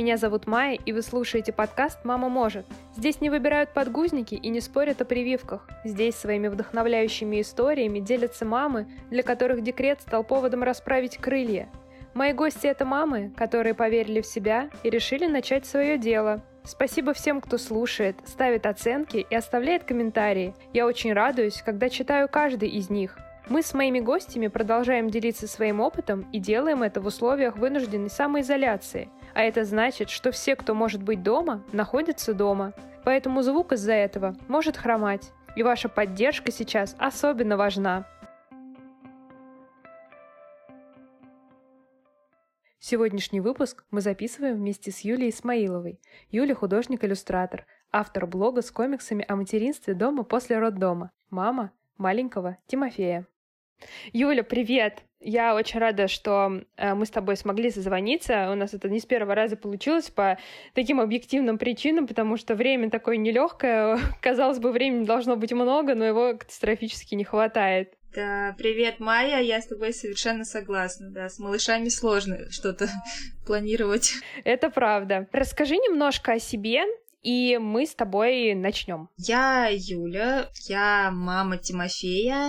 Меня зовут Майя, и вы слушаете подкаст «Мама может». Здесь не выбирают подгузники и не спорят о прививках. Здесь своими вдохновляющими историями делятся мамы, для которых декрет стал поводом расправить крылья. Мои гости — это мамы, которые поверили в себя и решили начать свое дело. Спасибо всем, кто слушает, ставит оценки и оставляет комментарии. Я очень радуюсь, когда читаю каждый из них. Мы с моими гостями продолжаем делиться своим опытом и делаем это в условиях вынужденной самоизоляции. А это значит, что все, кто может быть дома, находятся дома. Поэтому звук из-за этого может хромать. И ваша поддержка сейчас особенно важна. Сегодняшний выпуск мы записываем вместе с Юлией Исмаиловой. Юля — художник-иллюстратор, автор блога с комиксами о материнстве дома после роддома, мама маленького Тимофея. Юля, привет! Я очень рада, что мы с тобой смогли созвониться. У нас это не с первого раза получилось по таким объективным причинам, потому что время такое нелегкое. Казалось бы, времени должно быть много, но его катастрофически не хватает. Да, привет, Майя, я с тобой совершенно согласна. Да, с малышами сложно что-то планировать. Это правда. Расскажи немножко о себе, и мы с тобой начнем. Я Юля, я мама Тимофея,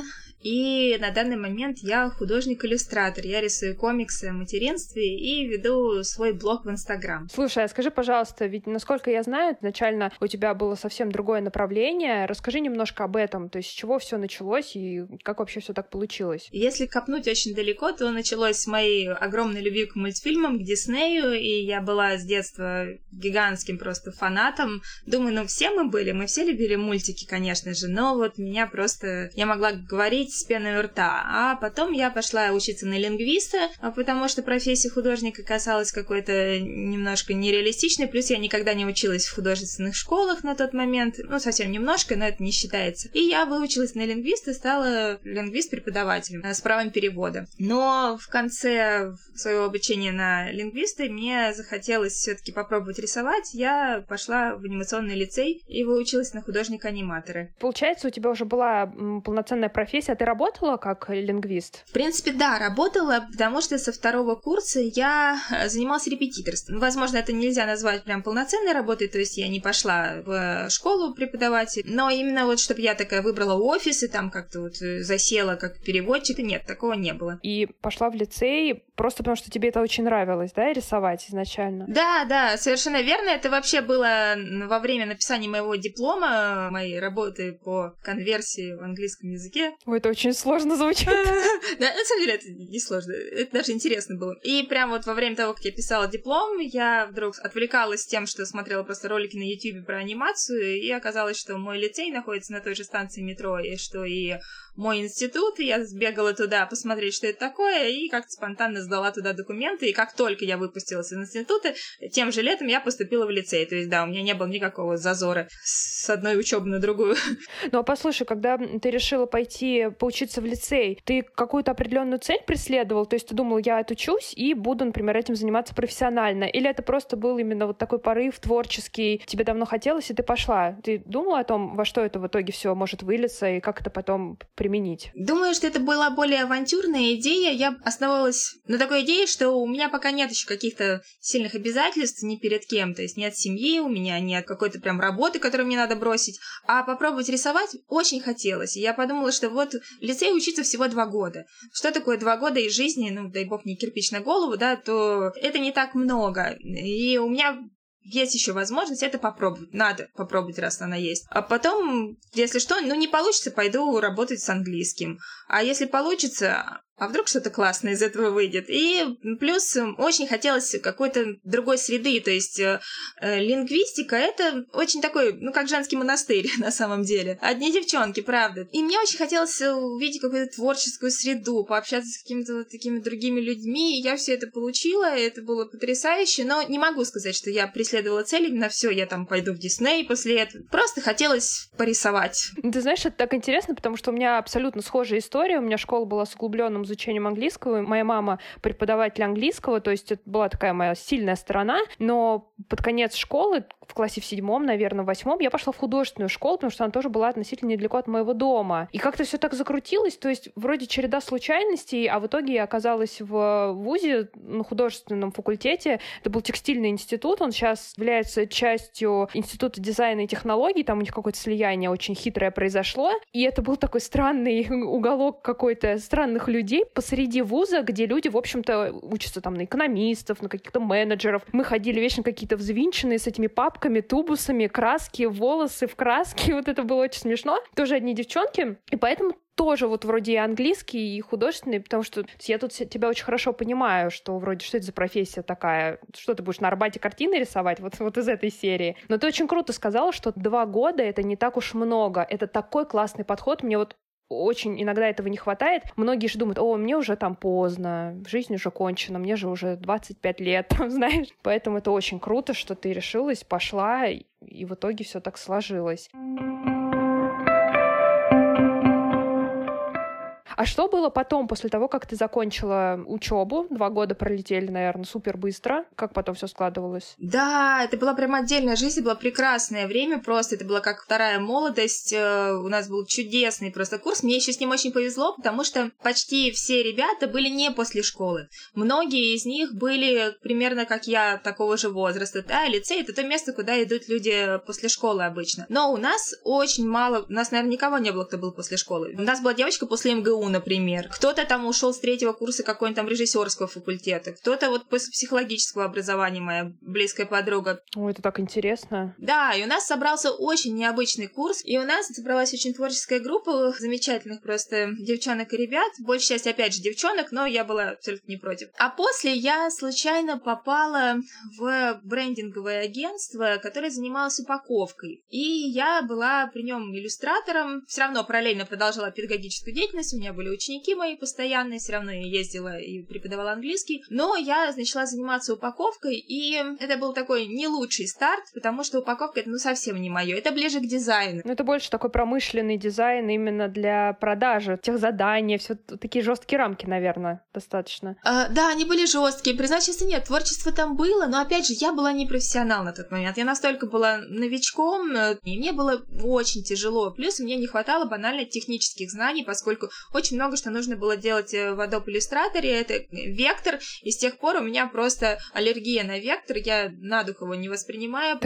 и на данный момент я художник-иллюстратор. Я рисую комиксы о материнстве и веду свой блог в Инстаграм. Слушай, а скажи, пожалуйста, ведь, насколько я знаю, изначально у тебя было совсем другое направление. Расскажи немножко об этом, то есть с чего все началось и как вообще все так получилось? Если копнуть очень далеко, то началось с моей огромной любви к мультфильмам, к Диснею, и я была с детства гигантским просто фанатом. Думаю, все мы все любили мультики, конечно же, но вот меня просто... Я могла говорить с пеной у рта. А потом я пошла учиться на лингвиста, потому что профессия художника казалась какой-то немножко нереалистичной, плюс я никогда не училась в художественных школах на тот момент, совсем немножко, но это не считается. И я выучилась на лингвиста, стала лингвист-преподавателем с правом перевода. Но в конце своего обучения на лингвиста мне захотелось все-таки попробовать рисовать. Я пошла в анимационный лицей и выучилась на художника-аниматора. Получается, у тебя уже была полноценная профессия. Ты работала как лингвист? В принципе, да, работала, потому что со второго курса я занималась репетиторством. Возможно, это нельзя назвать прям полноценной работой, то есть я не пошла в школу преподавать, но именно вот, чтобы я такая выбрала офис и там как-то вот засела как переводчик, нет, такого не было. И пошла в лицей просто потому, что тебе это очень нравилось, да, рисовать изначально? Да, совершенно верно. Это вообще было во время написания моего диплома, моей работы по конверсии в английском языке. Ой, это очень сложно звучит. Да, на самом деле это не сложно, это даже интересно было. И прям вот во время того, как я писала диплом, я вдруг отвлекалась тем, что смотрела просто ролики на YouTube про анимацию, и оказалось, что мой лицей находится на той же станции метро, и что и мой институт, и я сбегала туда посмотреть, что это такое, и как-то спонтанно сдала туда документы, и как только я выпустилась из института, тем же летом я поступила в лицей. То есть, да, у меня не было никакого зазора с одной учебы на другую. Ну, а послушай, когда ты решила пойти поучиться в лицей, ты какую-то определенную цель преследовал? То есть ты думал, я отучусь и буду, например, этим заниматься профессионально? Или это просто был именно вот такой порыв творческий, тебе давно хотелось, и ты пошла? Ты думала о том, во что это в итоге все может вылиться, и как это потом применить? Думаю, что это была более авантюрная идея. Я основалась на такой идее, что у меня пока нет еще каких-то сильных обязательств ни перед кем. То есть нет семьи, у меня нет какой-то прям работы, которую мне надо бросить. А попробовать рисовать очень хотелось. И я подумала, что вот в лицее учиться всего 2 года. Что такое 2 года из жизни? Дай бог не кирпич на голову, да, то это не так много. И у меня есть еще возможность это попробовать. Надо попробовать, раз она есть. А потом, если что, не получится, пойду работать с английским. А если получится, а вдруг что-то классное из этого выйдет? И плюс очень хотелось какой-то другой среды, то есть лингвистика — это очень такой, как женский монастырь на самом деле. Одни девчонки, правда. И мне очень хотелось увидеть какую-то творческую среду, пообщаться с какими-то вот такими другими людьми, и я все это получила, это было потрясающе, но не могу сказать, что я преследовала цель, именно все, я там пойду в Дисней после этого. Просто хотелось порисовать. Ты знаешь, это так интересно, потому что у меня абсолютно схожая история, у меня школа была с углубленным изучением английского. Моя мама преподаватель английского, то есть это была такая моя сильная сторона, но под конец школы, в классе в 7, наверное, в 8, я пошла в художественную школу, потому что она тоже была относительно недалеко от моего дома. И как-то все так закрутилось, то есть вроде череда случайностей, а в итоге я оказалась в вузе на художественном факультете. Это был текстильный институт, он сейчас является частью Института дизайна и технологий, там у них какое-то слияние очень хитрое произошло, и это был такой странный уголок какой-то странных людей посреди вуза, где люди, в общем-то, учатся там на экономистов, на каких-то менеджеров. Мы ходили вечно какие-то взвинченные с этими папками, тубусами, краски, волосы в краске. Вот это было очень смешно. Тоже одни девчонки. И поэтому тоже вот вроде и английский, и художественный, потому что я тут тебя очень хорошо понимаю, что вроде что это за профессия такая, что ты будешь на Арбате картины рисовать, вот из этой серии. Но ты очень круто сказала, что 2 года — это не так уж много, это такой классный подход, мне вот очень иногда этого не хватает. Многие же думают, мне уже там поздно, жизнь уже кончена, мне же уже 25 лет, знаешь. Поэтому это очень круто, что ты решилась, пошла, и в итоге все так сложилось. А что было потом, после того, как ты закончила учебу? 2 года пролетели, наверное, супер быстро. Как потом все складывалось? Да, это была прям отдельная жизнь, это было прекрасное время просто. Это была как вторая молодость. У нас был чудесный просто курс. Мне еще с ним очень повезло, потому что почти все ребята были не после школы. Многие из них были примерно как я, такого же возраста. Да, лицей — это то место, куда идут люди после школы обычно. Но у нас очень мало, у нас, наверное, никого не было, кто был после школы. У нас была девочка после МГУ, например. Кто-то там ушел с 3-го курса какой-нибудь там режиссерского факультета, кто-то вот после психологического образования, моя близкая подруга. Ой, это так интересно. Да, и у нас собрался очень необычный курс, и у нас собралась очень творческая группа замечательных просто девчонок и ребят, большая часть, опять же, девчонок, но я была абсолютно не против. А после я случайно попала в брендинговое агентство, которое занималось упаковкой, и я была при нем иллюстратором, все равно параллельно продолжала педагогическую деятельность, у меня были ученики мои постоянные, все равно я ездила и преподавала английский, но я начала заниматься упаковкой, и это был такой не лучший старт, потому что упаковка — это совсем не мое, это ближе к дизайну. Ну, это больше такой промышленный дизайн именно для продажи, тех заданий, все такие жесткие рамки, наверное, достаточно. Да, они были жесткие, признать честно, нет, творчество там было, но опять же, я была не профессионал на тот момент, я настолько была новичком, и мне было очень тяжело, плюс мне не хватало банально технических знаний, поскольку очень много что нужно было делать в Adobe Illustrator, это вектор, и с тех пор у меня просто аллергия на вектор, я на дух его не воспринимаю.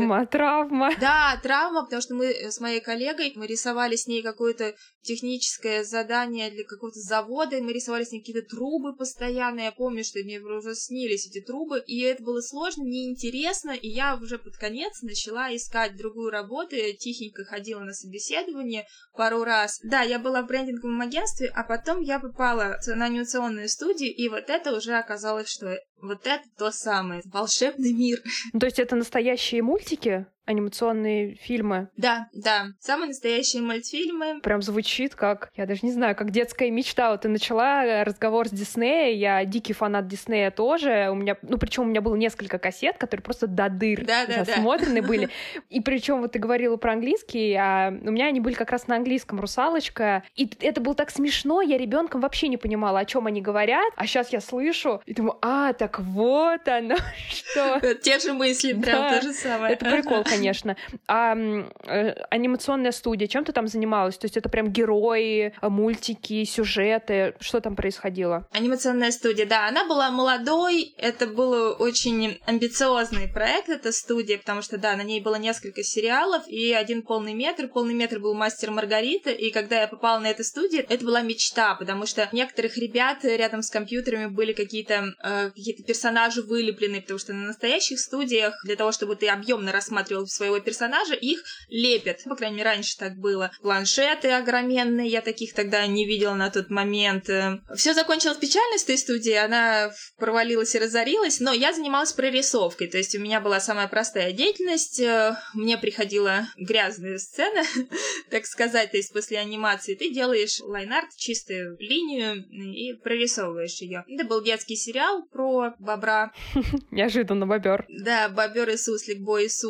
Травма. Да, травма, потому что мы с моей коллегой, мы рисовали с ней какое-то техническое задание для какого-то завода, и мы рисовали с ней какие-то трубы постоянно, я помню, что мне уже снились эти трубы, и это было сложно, неинтересно, и я уже под конец начала искать другую работу, я тихенько ходила на собеседование пару раз. Да, я была в брендинговом агентстве, а потом я попала на анимационную студию, и вот это уже оказалось, что вот это то самое, волшебный мир. То есть это настоящие мультики? Анимационные фильмы. Да, самые настоящие мультфильмы. Прям звучит как, я даже не знаю, как детская мечта. Вот ты начала разговор с Диснея, я дикий фанат Диснея тоже. У меня, причем у меня было несколько кассет, которые просто до дыр засмотрены были. И причем вот ты говорила про английский, а у меня они были как раз на английском, «Русалочка». И это было так смешно, я ребенком вообще не понимала, о чем они говорят, а сейчас я слышу и думаю, так вот оно что. Те же мысли, прям то же самое. Это прикол, конечно. А анимационная студия, чем ты там занималась? То есть это прям герои, мультики, сюжеты? Что там происходило? Анимационная студия, да, она была молодой, это был очень амбициозный проект, эта студия, потому что, да, на ней было несколько сериалов и один полный метр был «Мастер и Маргарита», и когда я попала на эту студию, это была мечта, потому что у некоторых ребят рядом с компьютерами были какие-то персонажи вылеплены, потому что на настоящих студиях для того, чтобы ты объемно рассматривал своего персонажа, их лепят. По крайней мере, раньше так было. Планшеты огроменные, я таких тогда не видела на тот момент. Все закончилось печально с той студией, она провалилась и разорилась, но я занималась прорисовкой, то есть у меня была самая простая деятельность, мне приходила грязная сцена, так сказать, то есть после анимации ты делаешь лайн-арт, чистую линию и прорисовываешь ее. Это был детский сериал про бобра. Неожиданно бобер. Да, бобер и суслик, Бо и Су.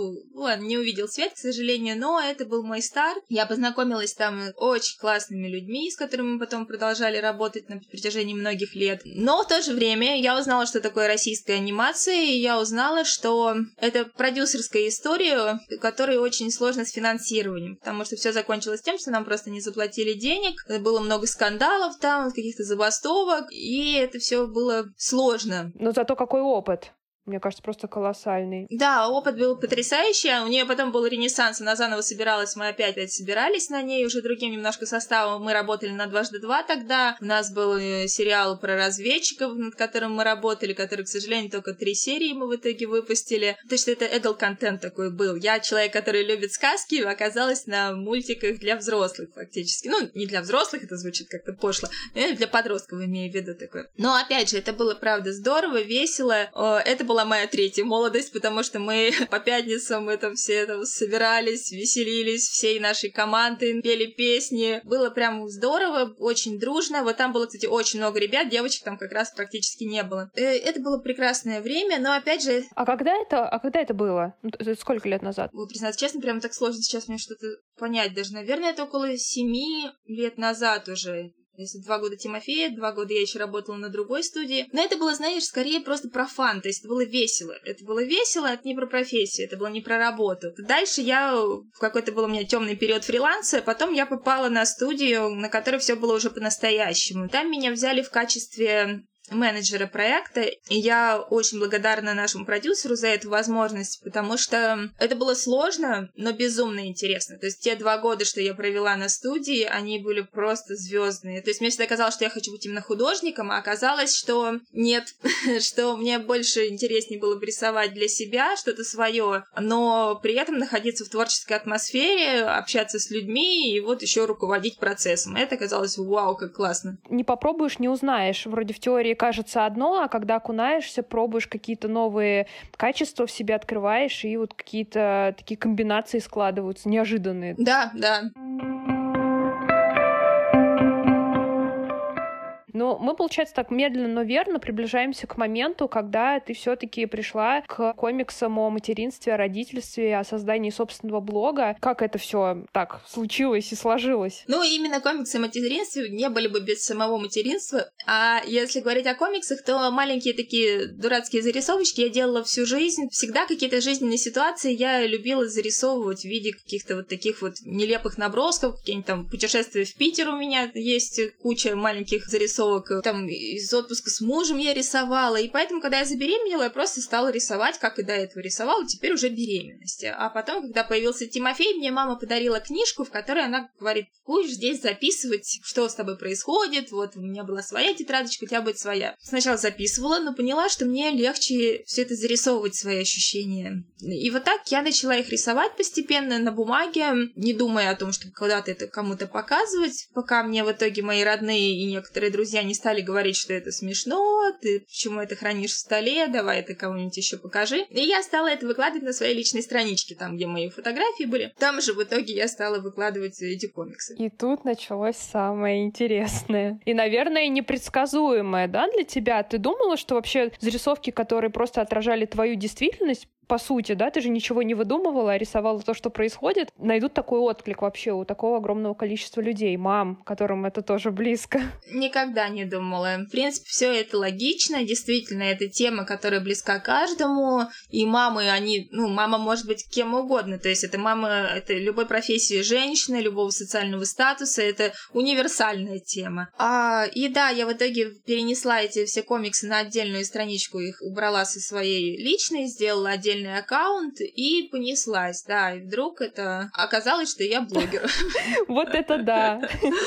он не увидел свет, к сожалению, но это был мой старт. Я познакомилась там с очень классными людьми, с которыми мы потом продолжали работать на протяжении многих лет. Но в то же время я узнала, что такое российская анимация, и я узнала, что это продюсерская история, которая очень сложна с финансированием, потому что все закончилось тем, что нам просто не заплатили денег, было много скандалов там, каких-то забастовок, и это все было сложно. Но зато какой опыт. Мне кажется, просто колоссальный. Да, опыт был потрясающий. У нее потом был ренессанс, она заново собиралась, мы опять собирались на ней уже другим немножко составом. Мы работали на 2x2 тогда. У нас был сериал про разведчиков, над которым мы работали, который, к сожалению, только 3 серии мы в итоге выпустили. То есть это adult-контент такой был. Я человек, который любит сказки, оказалась на мультиках для взрослых фактически. Ну, не для взрослых, это звучит как-то пошло, для подростков имею в виду такое. Но, опять же, это было, правда, здорово, весело. Это была моя третья молодость, потому что мы по пятницам все там собирались, веселились, всей нашей командой, пели песни. Было прям здорово, очень дружно. Вот там было, кстати, очень много ребят, девочек там как раз практически не было. Это было прекрасное время, но опять же... А когда это было? Сколько лет назад? Признаться честно, прям так сложно сейчас мне что-то понять даже. Наверное, это около 7 лет назад уже. Если 2 года Тимофея, 2 года я еще работала на другой студии. Но это было, знаешь, скорее просто про фан, то есть это было весело. Это было весело, это не про профессию, это было не про работу. Дальше в какой-то был у меня темный период фриланса, потом я попала на студию, на которой все было уже по-настоящему. Там меня взяли в качестве менеджера проекта, и я очень благодарна нашему продюсеру за эту возможность, потому что это было сложно, но безумно интересно. То есть те 2 года, что я провела на студии, они были просто звездные. То есть мне всегда казалось, что я хочу быть именно художником, а оказалось, что нет, что мне больше интереснее было бы рисовать для себя что-то свое, но при этом находиться в творческой атмосфере, общаться с людьми и вот еще руководить процессом. Это казалось, вау, как классно. Не попробуешь, не узнаешь. Вроде в теории кажется одно, а когда окунаешься, пробуешь какие-то новые качества в себе, открываешь, и вот какие-то такие комбинации складываются неожиданные. Да, да. Но мы, получается, так медленно, но верно приближаемся к моменту, когда ты все-таки пришла к комиксам о материнстве, о родительстве, о создании собственного блога. Как это все так случилось и сложилось? Ну, именно комиксы о материнстве не были бы без самого материнства. А если говорить о комиксах, то маленькие такие дурацкие зарисовочки я делала всю жизнь. Всегда какие-то жизненные ситуации я любила зарисовывать в виде каких-то вот таких вот нелепых набросков. Какие-нибудь там путешествия в Питер у меня есть куча маленьких зарисовок. Там из отпуска с мужем я рисовала, и поэтому, когда я забеременела, я просто стала рисовать, как и до этого рисовала, теперь уже беременности. А потом, когда появился Тимофей, мне мама подарила книжку, в которой она говорит: будешь здесь записывать, что с тобой происходит, вот у меня была своя тетрадочка, у тебя будет своя. Сначала записывала, но поняла, что мне легче все это зарисовывать, свои ощущения. И вот так я начала их рисовать постепенно на бумаге, не думая о том, чтобы когда-то это кому-то показывать, пока мне в итоге мои родные и некоторые друзья не стали говорить, что это смешно, ты почему это хранишь в столе, давай это кому-нибудь еще покажи. И я стала это выкладывать на своей личной страничке, там, где мои фотографии были. Там же в итоге я стала выкладывать эти комиксы. И тут началось самое интересное. И, наверное, непредсказуемое, да, для тебя? Ты думала, что вообще зарисовки, которые просто отражали твою действительность, по сути, да, ты же ничего не выдумывала, а рисовала то, что происходит, найдут такой отклик вообще у такого огромного количества людей, мам, которым это тоже близко? Никогда не думала. В принципе, все это логично, действительно, это тема, которая близка каждому, и мамы, мама может быть кем угодно, то есть это мама, это любой профессии женщины, любого социального статуса, это универсальная тема. И да, я в итоге перенесла эти все комиксы на отдельную страничку, их убрала со своей личной, сделала отдельный аккаунт и понеслась, да, и вдруг это оказалось, что я блогер. Вот это да.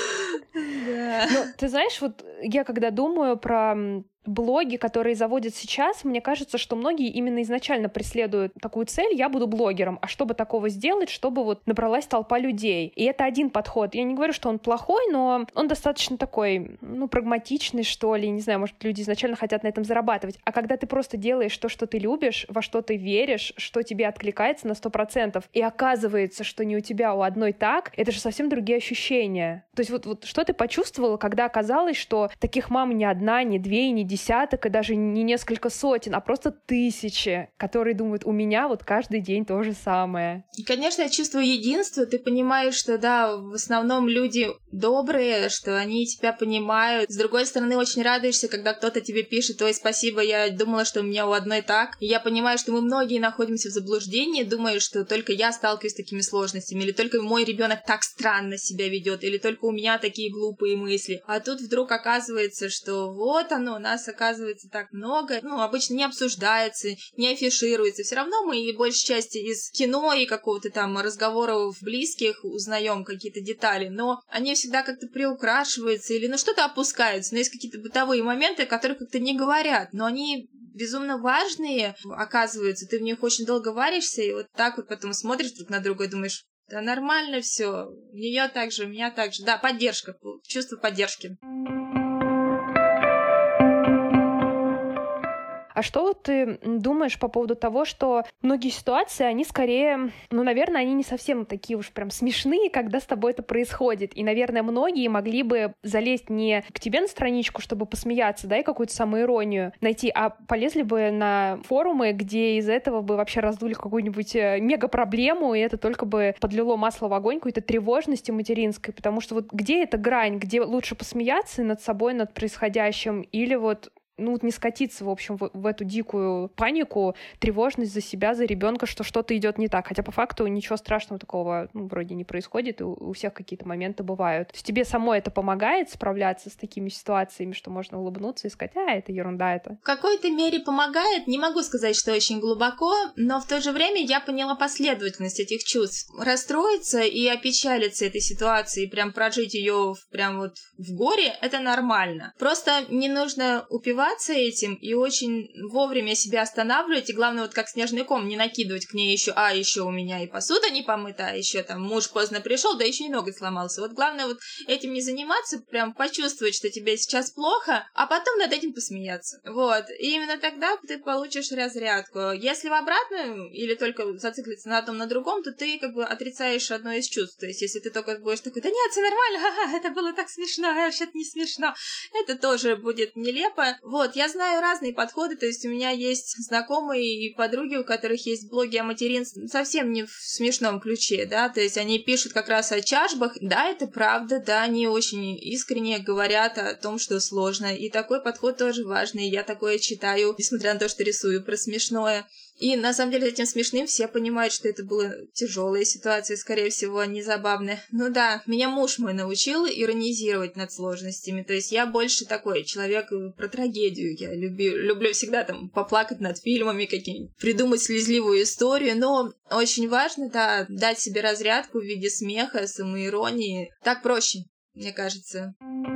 Ну, ты знаешь, вот я когда думаю про блоги, которые заводят сейчас, мне кажется, что многие именно изначально преследуют такую цель: я буду блогером, а чтобы такого сделать, чтобы вот набралась толпа людей. И это один подход. Я не говорю, что он плохой, но он достаточно такой, прагматичный, что ли. Не знаю, может, люди изначально хотят на этом зарабатывать. А когда ты просто делаешь то, что ты любишь, во что ты веришь, что тебе откликается на 100%, и оказывается, что не у тебя, у одной так, это же совсем другие ощущения. То есть вот что ты почувствовала, когда оказалось, что таких мам не одна, не две и не 10, десяток и даже не несколько сотен, а просто тысячи, которые думают, у меня вот каждый день то же самое. И, конечно, я чувствую единство, ты понимаешь, что, да, в основном люди добрые, что они тебя понимают. С другой стороны, очень радуешься, когда кто-то тебе пишет: ой, спасибо, я думала, что у меня у одной так. И я понимаю, что мы многие находимся в заблуждении, думаю, что только я сталкиваюсь с такими сложностями, или только мой ребенок так странно себя ведет, или только у меня такие глупые мысли. А тут вдруг оказывается, что вот оно, нас оказывается так много. Обычно не обсуждается, не афишируется. Все равно мы и большей части из кино и какого-то там разговоров близких узнаем какие-то детали, но они всегда как-то приукрашиваются или что-то опускаются, но есть какие-то бытовые моменты, о которых как-то не говорят, но они безумно важные, оказываются, ты в них очень долго варишься, и вот так вот потом смотришь друг на друга и думаешь: да нормально все, у нее так же, у меня так же. Да, поддержка, чувство поддержки. А что ты думаешь по поводу того, что многие ситуации, они скорее, наверное, они не совсем такие уж прям смешные, когда с тобой это происходит. И, наверное, многие могли бы залезть не к тебе на страничку, чтобы посмеяться, да, и какую-то самоиронию найти, а полезли бы на форумы, где из этого бы вообще раздули какую-нибудь мега-проблему, и это только бы подлило масло в огонь какой-то тревожности материнской. Потому что вот где эта грань, где лучше посмеяться над собой, над происходящим, или не скатиться, в общем, в эту дикую панику, тревожность за себя, за ребенка, что что-то идет не так. Хотя по факту ничего страшного такого вроде не происходит, и у всех какие-то моменты бывают. То есть тебе самой это помогает справляться с такими ситуациями, что можно улыбнуться и сказать: это ерунда это. В какой-то мере помогает, не могу сказать, что очень глубоко, но в то же время я поняла последовательность этих чувств. Расстроиться и опечалиться этой ситуацией, прям прожить ее прям вот в горе, это нормально. Просто не нужно упиваться этим и очень вовремя себя останавливать, и главное, вот как снежный ком, не накидывать к ней еще у меня и посуда не помыта, а еще там муж поздно пришел, да еще и ноготь сломался. Вот главное вот этим не заниматься, прям почувствовать, что тебе сейчас плохо, а потом над этим посмеяться. Вот. И именно тогда ты получишь разрядку. Если в обратную или только зациклиться на одном, на другом, то ты как бы отрицаешь одно из чувств. То есть если ты только будешь такой: да нет, все нормально, ха-ха, это было так смешно, а вообще-то не смешно, это тоже будет нелепо. Вот, я знаю разные подходы, то есть у меня есть знакомые и подруги, у которых есть блоги о материнстве, совсем не в смешном ключе, да, то есть они пишут как раз о чашбах, да, это правда, да, они очень искренне говорят о том, что сложно, и такой подход тоже важный, я такое читаю, несмотря на то, что рисую про смешное. И на самом деле этим смешным все понимают, что это была тяжелая ситуация, скорее всего, не забавная. Ну да, меня муж мой научил иронизировать над сложностями. То есть я больше такой человек про трагедию. Я люблю всегда там поплакать над фильмами какими-нибудь, придумать слезливую историю. Но очень важно, да, дать себе разрядку в виде смеха, самоиронии. Так проще, мне кажется.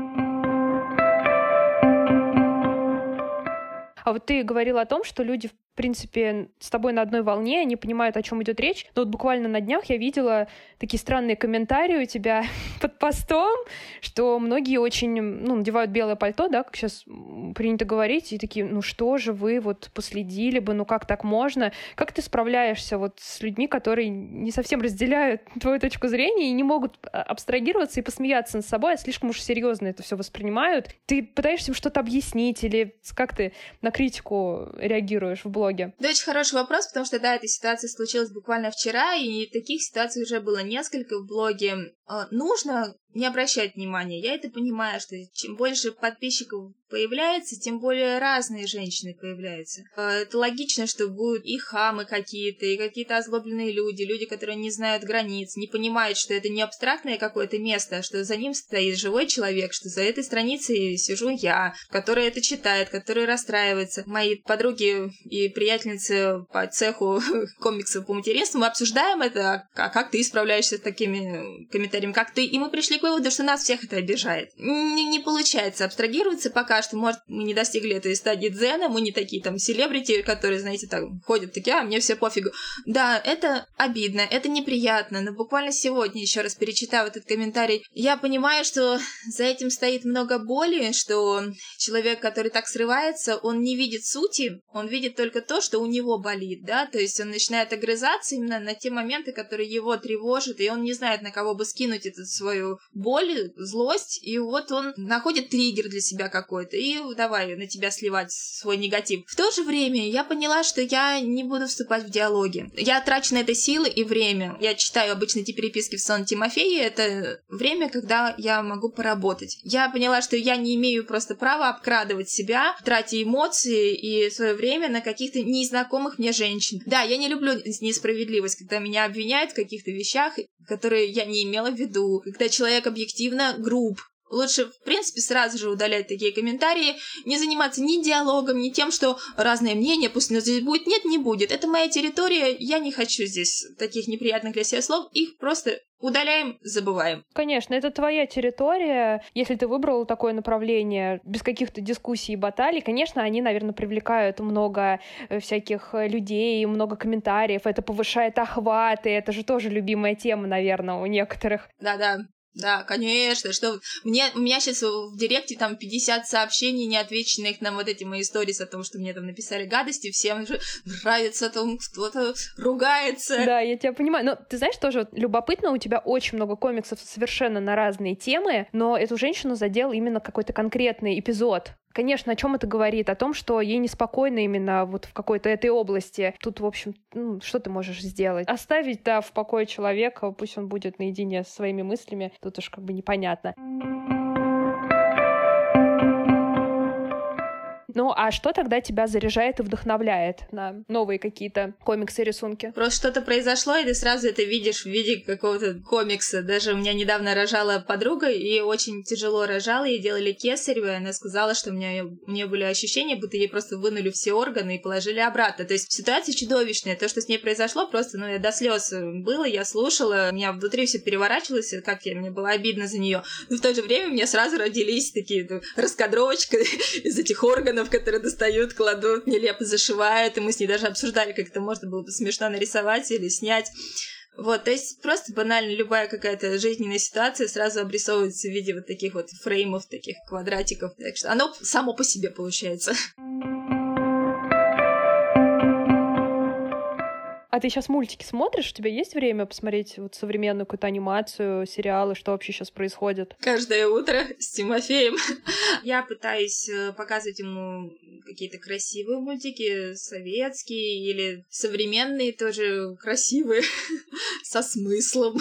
А вот ты говорила о том, что люди, в принципе, с тобой на одной волне, они понимают, о чем идет речь. Но вот буквально на днях я видела такие странные комментарии у тебя под постом, что многие очень, надевают белое пальто, да, как сейчас принято говорить, и такие: что же вы вот последили бы, как так можно? Как ты справляешься вот с людьми, которые не совсем разделяют твою точку зрения и не могут абстрагироваться и посмеяться над собой, а слишком уж серьезно это все воспринимают? Ты пытаешься им что-то объяснить или как ты на критику реагируешь в блоге? Да, очень хороший вопрос, потому что, да, эта ситуация случилась буквально вчера, и таких ситуаций уже было несколько в блоге. Нужно не обращать внимания. Я это понимаю, что чем больше подписчиков появляется, тем более разные женщины появляются. Это логично, что будут и хамы какие-то, и какие-то озлобленные люди, которые не знают границ, не понимают, что это не абстрактное какое-то место, а что за ним стоит живой человек, что за этой страницей сижу я, которая это читает, которая расстраивается. Мои подруги и приятельницы по цеху комиксов по материнству, мы обсуждаем это, а как ты справляешься с такими комментариями, как ты, и мы пришли к выводу, что нас всех это обижает. Не получается абстрагироваться пока что, может, мы не достигли этой стадии дзена, мы не такие там селебрити, которые, знаете, там ходят такие: мне все пофигу. Да, это обидно, это неприятно, но буквально сегодня, еще раз перечитав этот комментарий, я понимаю, что за этим стоит много боли, что человек, который так срывается, он не видит сути, он видит только то, что у него болит, да, то есть он начинает огрызаться именно на те моменты, которые его тревожат, и он не знает, на кого бы скинуть эту свою боль, злость, и вот он находит триггер для себя какой-то, и давай на тебя сливать свой негатив. В то же время я поняла, что я не буду вступать в диалоги. Я трачу на это силы и время. Я читаю обычно эти переписки в сон Тимофея, это время, когда я могу поработать. Я поняла, что я не имею просто права обкрадывать себя, тратя эмоции и свое время на каких-то незнакомых мне женщин. Да, я не люблю несправедливость, когда меня обвиняют в каких-то вещах, которые я не имела в виду, когда человек объективно груб. Лучше, в принципе, сразу же удалять такие комментарии, не заниматься ни диалогом, ни тем, что разное мнение, пусть оно здесь будет. Нет, не будет. Это моя территория, я не хочу здесь таких неприятных для себя слов, их просто удаляем, забываем. Конечно, это твоя территория. Если ты выбрал такое направление без каких-то дискуссий и баталий, конечно, они, наверное, привлекают много всяких людей, много комментариев, это повышает охваты, это же тоже любимая тема, наверное, у некоторых. Да-да. Да, конечно, что у меня сейчас в директе там 50 сообщений, неотвеченных на вот эти мои сторис о том, что мне там написали гадости, всем же нравится, там кто-то ругается. Да, я тебя понимаю, но ты знаешь, тоже любопытно, у тебя очень много комиксов совершенно на разные темы, но эту женщину задел именно какой-то конкретный эпизод. Конечно, о чем это говорит? О том, что ей неспокойно именно вот в какой-то этой области. Тут, в общем, что ты можешь сделать? Оставить, да, в покое человека, пусть он будет наедине со своими мыслями. Тут уж как бы непонятно. Ну, а что тогда тебя заряжает и вдохновляет на новые какие-то комиксы и рисунки? Просто что-то произошло, и ты сразу это видишь в виде какого-то комикса. Даже у меня недавно рожала подруга, и очень тяжело рожала, ей делали кесарево, и она сказала, что у нее были ощущения, будто ей просто вынули все органы и положили обратно. То есть ситуация чудовищная. То, что с ней произошло, просто, я до слез было, я слушала, у меня внутри все переворачивалось, мне было обидно за нее. Но в то же время мне сразу родились такие раскадровочка из этих органов, которые достают, кладут, нелепо зашивают, и мы с ней даже обсуждали, как это можно было бы смешно нарисовать или снять. Вот, то есть просто банально любая какая-то жизненная ситуация сразу обрисовывается в виде вот таких вот фреймов, таких квадратиков. Так что оно само по себе получается. А ты сейчас мультики смотришь? У тебя есть время посмотреть вот современную какую-то анимацию, сериалы, что вообще сейчас происходит? Каждое утро с Тимофеем. Я пытаюсь показывать ему какие-то красивые мультики, советские или современные, тоже красивые, со смыслом.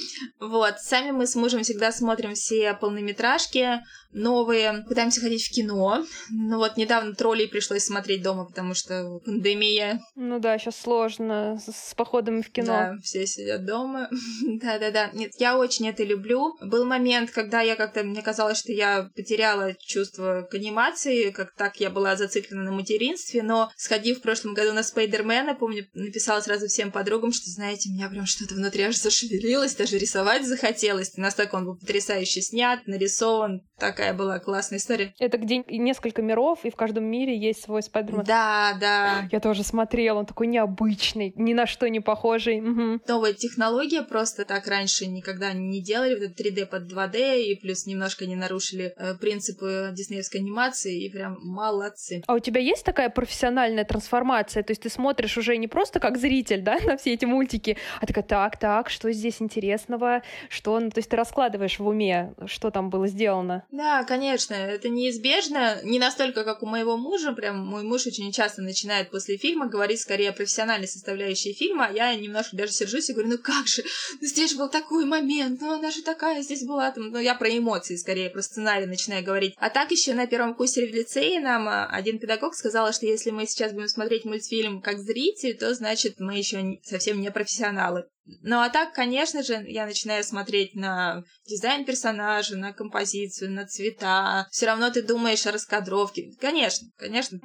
Вот. Сами мы с мужем всегда смотрим все полнометражки, новые. Пытаемся ходить в кино. Недавно «Троллей» пришлось смотреть дома, потому что пандемия. Ну да, сейчас сложно с походами в кино. Да, все сидят дома. Да-да-да. Нет, я очень это люблю. Был момент, когда мне казалось, что я потеряла чувство к анимации, как так я была зациклена на материнстве, но сходив в прошлом году на «Спайдермена», помню, написала сразу всем подругам, что, знаете, у меня прям что-то внутри аж зашевелилось, даже рисовать захотелось. Настолько он был потрясающе снят, нарисован. Такая была классная история. Это где несколько миров, и в каждом мире есть свой Спайдермен. Да, да. Я тоже смотрела, он такой необычный, ни на что не похожий. Угу. Новая технология, просто так раньше никогда не делали, вот это 3D под 2D, и плюс немножко не нарушили принципы диснеевской анимации, и прям молодцы. А у тебя есть такая профессиональная трансформация? То есть ты смотришь уже не просто как зритель, да, на все эти мультики, а такая, так, что здесь интересного, то есть ты раскладываешь в уме, что там было сделано. Да, конечно, это неизбежно, не настолько, как у моего мужа, прям мой муж очень часто начинает после фильма говорить скорее о профессиональной составляющей фильма, а я немножко даже сержусь и говорю, как же, здесь же был такой момент, она же такая здесь была, я про эмоции скорее, про сценарий начинаю говорить. А так еще на первом курсе в лицее нам один педагог сказал, что если мы сейчас будем смотреть мультфильм как зритель, то значит мы еще совсем не профессионалы. Ну а так, конечно же, я начинаю смотреть на дизайн персонажа, на композицию, на цвета. Все равно ты думаешь о раскадровке. Конечно, конечно.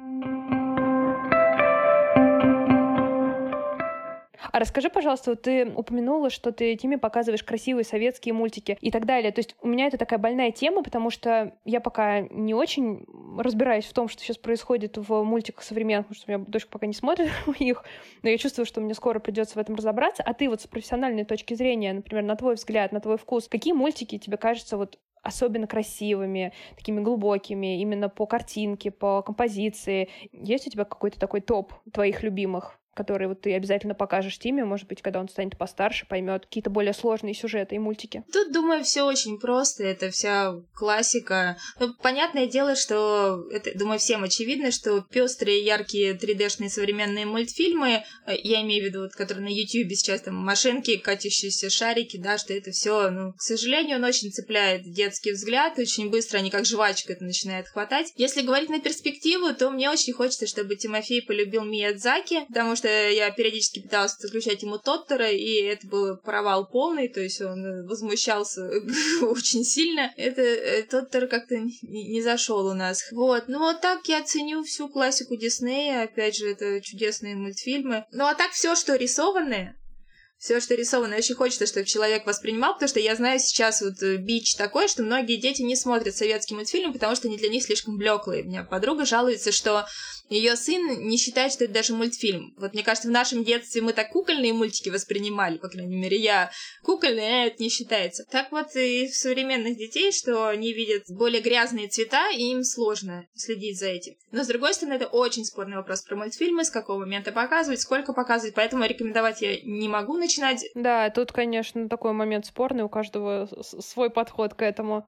А расскажи, пожалуйста, вот ты упомянула, что ты Тиме показываешь красивые советские мультики и так далее. То есть у меня это такая больная тема, потому что я пока не очень разбираюсь в том, что сейчас происходит в мультиках современных, потому что у меня дочка пока не смотрит их, но я чувствую, что мне скоро придется в этом разобраться. А ты вот с профессиональной точки зрения, например, на твой взгляд, на твой вкус, какие мультики тебе кажутся вот особенно красивыми, такими глубокими, именно по картинке, по композиции? Есть у тебя какой-то такой топ твоих любимых, который вот ты обязательно покажешь Тиме, может быть, когда он станет постарше, поймет какие-то более сложные сюжеты и мультики? Тут, думаю, все очень просто, это вся классика. Ну, понятное дело, что, это, думаю, всем очевидно, что пестрые, яркие 3D-шные современные мультфильмы, я имею в виду, вот, которые на YouTube сейчас, там, машинки, катящиеся шарики, да, что это все, ну, к сожалению, он очень цепляет детский взгляд, очень быстро они как жвачка это начинает хватать. Если говорить на перспективу, то мне очень хочется, чтобы Тимофей полюбил Миядзаки, потому что я периодически пыталась подключать ему Тоттора, и это был провал полный, то есть он возмущался очень сильно. Это Тоттор как-то не зашел у нас. Вот, ну вот так я ценю всю классику Диснея, опять же, это чудесные мультфильмы. Ну а так все, что рисованное, очень хочется, чтобы человек воспринимал, потому что я знаю сейчас вот бич такой, что многие дети не смотрят советские мультфильмы, потому что они для них слишком блеклые. У меня подруга жалуется, что ее сын не считает, что это даже мультфильм. Вот мне кажется, в нашем детстве мы так кукольные мультики воспринимали, по крайней мере, я кукольная, это не считается. Так вот и в современных детей, что они видят более грязные цвета, и им сложно следить за этим. Но, с другой стороны, это очень спорный вопрос про мультфильмы, с какого момента показывать, сколько показывать, поэтому рекомендовать я не могу начинать. Да, тут, конечно, такой момент спорный, у каждого свой подход к этому.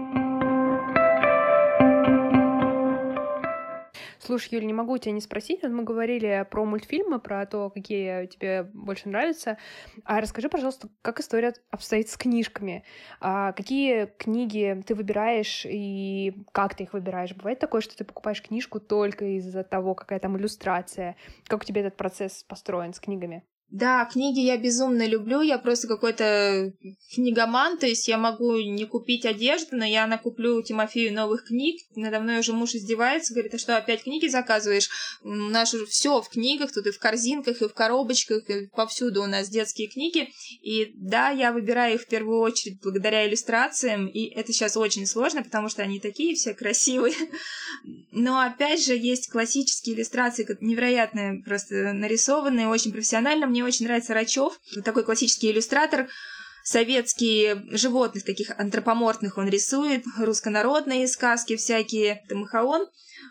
Слушай, Юль, не могу тебя не спросить. Вот мы говорили про мультфильмы, про то, какие тебе больше нравятся. А расскажи, пожалуйста, как история обстоит с книжками? Какие книги ты выбираешь и как ты их выбираешь? Бывает такое, что ты покупаешь книжку только из-за того, какая там иллюстрация? Как у тебя этот процесс построен с книгами? Да, книги я безумно люблю, я просто какой-то книгоман, то есть я могу не купить одежду, но я накуплю Тимофею новых книг. Надо мной уже муж издевается, говорит, а что, опять книги заказываешь? У нас уже все в книгах, тут и в корзинках, и в коробочках, и повсюду у нас детские книги. И да, я выбираю их в первую очередь благодаря иллюстрациям, и это сейчас очень сложно, потому что они такие все красивые. Но опять же есть классические иллюстрации, невероятно просто нарисованные, очень профессионально. Мне очень нравится Рачёв, такой классический иллюстратор. Советские животных, таких антропоморфных он рисует, руссконародные сказки всякие, это Махаон.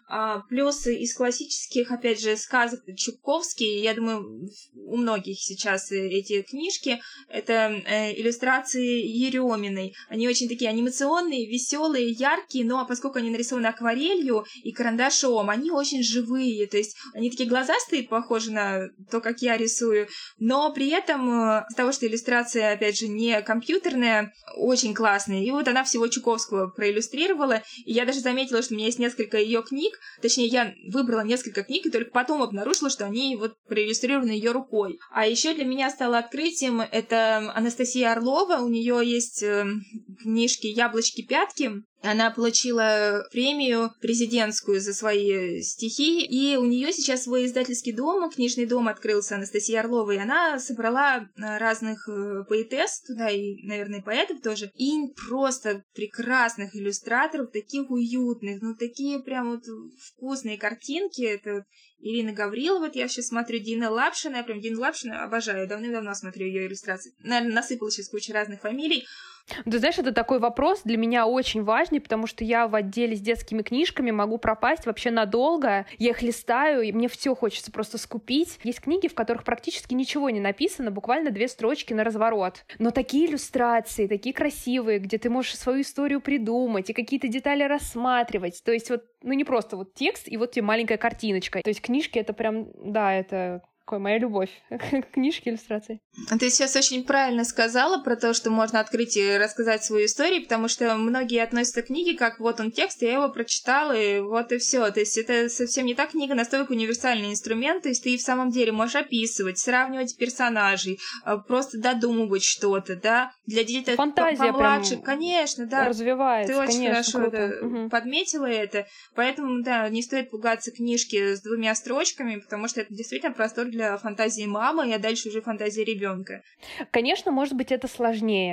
Плюс из классических, опять же, сказок Чуковский, я думаю, у многих сейчас эти книжки, это иллюстрации Ереминой. Они очень такие анимационные, веселые, яркие, но поскольку они нарисованы акварелью и карандашом, они очень живые, то есть они такие глазастые, похожи на то, как я рисую, но при этом из-за того, что иллюстрация, опять же, не компьютерная, очень классная. И вот она всего Чуковского проиллюстрировала, и я даже заметила, что у меня есть несколько ее книг, точнее, я выбрала несколько книг и только потом обнаружила, что они вот проиллюстрированы ее рукой. А еще для меня стало открытием, это Анастасия Орлова, у нее есть книжки «Яблочки-пятки». Она получила премию президентскую за свои стихи, и у нее сейчас свой издательский дом, книжный дом открылся Анастасия Орлова, и она собрала разных поэтесс туда, и, наверное, поэтов тоже, и просто прекрасных иллюстраторов, таких уютных, ну, такие прям вот вкусные картинки. Это вот Ирина Гаврилова, вот я сейчас смотрю, Дина Лапшина, я прям Дину Лапшину обожаю, давным-давно смотрю ее иллюстрации. Наверное, насыпала сейчас кучу разных фамилий. Ты знаешь, это такой вопрос для меня очень важный, потому что я в отделе с детскими книжками могу пропасть вообще надолго. Я их листаю, и мне все хочется просто скупить. Есть книги, в которых практически ничего не написано, буквально 2 строчки на разворот. Но такие иллюстрации, такие красивые, где ты можешь свою историю придумать и какие-то детали рассматривать. То есть вот, ну не просто вот текст и вот тебе маленькая картиночка. То есть книжки — это прям, да, это... Какая моя любовь. Книжки, иллюстрации. Ты сейчас очень правильно сказала про то, что можно открыть и рассказать свою историю, потому что многие относятся к книге как вот он текст, я его прочитала, и вот и все. То есть это совсем не так. Книга настолько универсальный инструмент, то есть ты в самом деле можешь описывать, сравнивать персонажей, просто додумывать что-то, да. Для детей фантазия помладше, прям конечно, да. развивается, ты очень конечно, хорошо подметила это. Поэтому, да, не стоит пугаться книжки с 2 строчками, потому что это действительно простор для фантазии мамы, а дальше уже фантазия ребенка. Конечно, может быть, это сложнее.